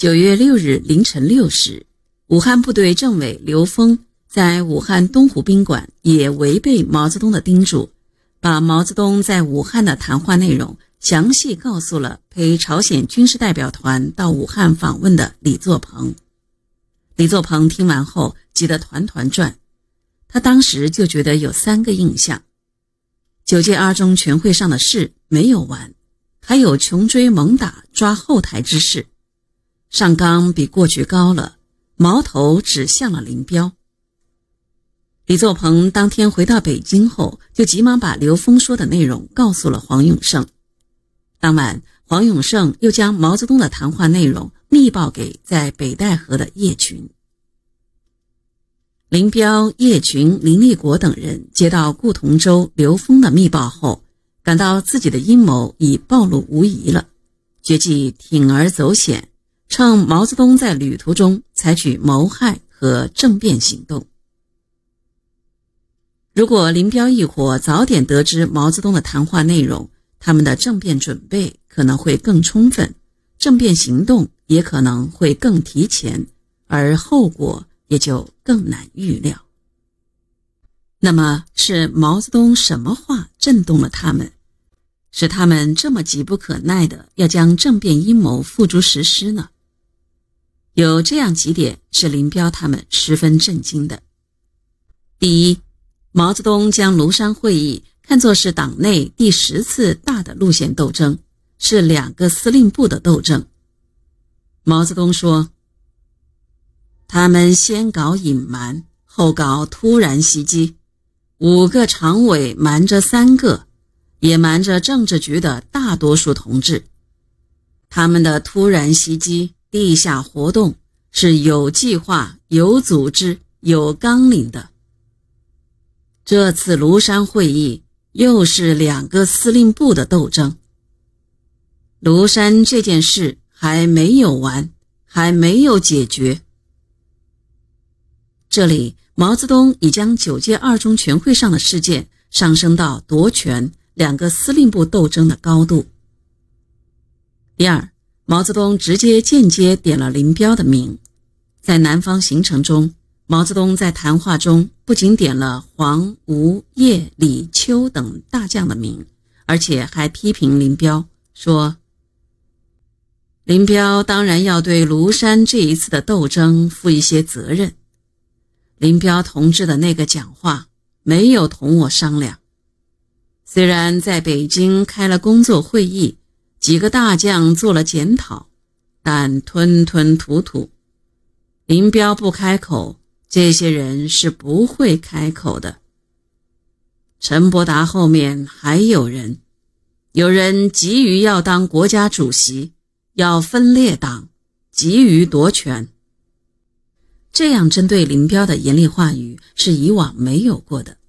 9月6日凌晨6时，武汉部队政委刘峰在武汉东湖宾馆也违背毛泽东的叮嘱，把毛泽东在武汉的谈话内容详细告诉了陪朝鲜军事代表团到武汉访问的李作鹏。李作鹏听完后急得团团转，他当时就觉得有3个印象：9届二中全会上的事没有完，还有穷追猛打抓后台之事，上纲比过去高了，矛头指向了林彪。李作鹏当天回到北京后，就急忙把刘峰说的内容告诉了黄永胜。当晚，黄永胜又将毛泽东的谈话内容密报给在北戴河的叶群。林彪、叶群、林立果等人接到顾同舟、刘峰的密报后，感到自己的阴谋已暴露无遗了，决计铤而走险，趁毛泽东在旅途中采取谋害和政变行动。如果林彪一伙早点得知毛泽东的谈话内容，他们的政变准备可能会更充分，政变行动也可能会更提前，而后果也就更难预料。那么是毛泽东什么话震动了他们，使他们这么急不可耐的要将政变阴谋付诸实施呢？有这样几点是林彪他们十分震惊的。第一，毛泽东将庐山会议看作是党内第10次大的路线斗争，是2个司令部的斗争。毛泽东说，他们先搞隐瞒，后搞突然袭击，5个常委瞒着3个，也瞒着政治局的大多数同志。他们的突然袭击、地下活动是有计划、有组织、有纲领的。这次庐山会议又是2个司令部的斗争。庐山这件事还没有完，还没有解决。这里毛泽东已将9届二中全会上的事件上升到夺权、2个司令部斗争的高度。第二，毛泽东直接间接点了林彪的名。在南方行程中，毛泽东在谈话中不仅点了黄、吴、叶、李、邱等大将的名，而且还批评林彪，说林彪当然要对庐山这一次的斗争负一些责任。林彪同志的那个讲话没有同我商量，虽然在北京开了工作会议，几个大将做了检讨，但吞吞吐吐。林彪不开口，这些人是不会开口的。陈伯达后面还有人，有人急于要当国家主席，要分裂党，急于夺权。这样针对林彪的严厉话语是以往没有过的。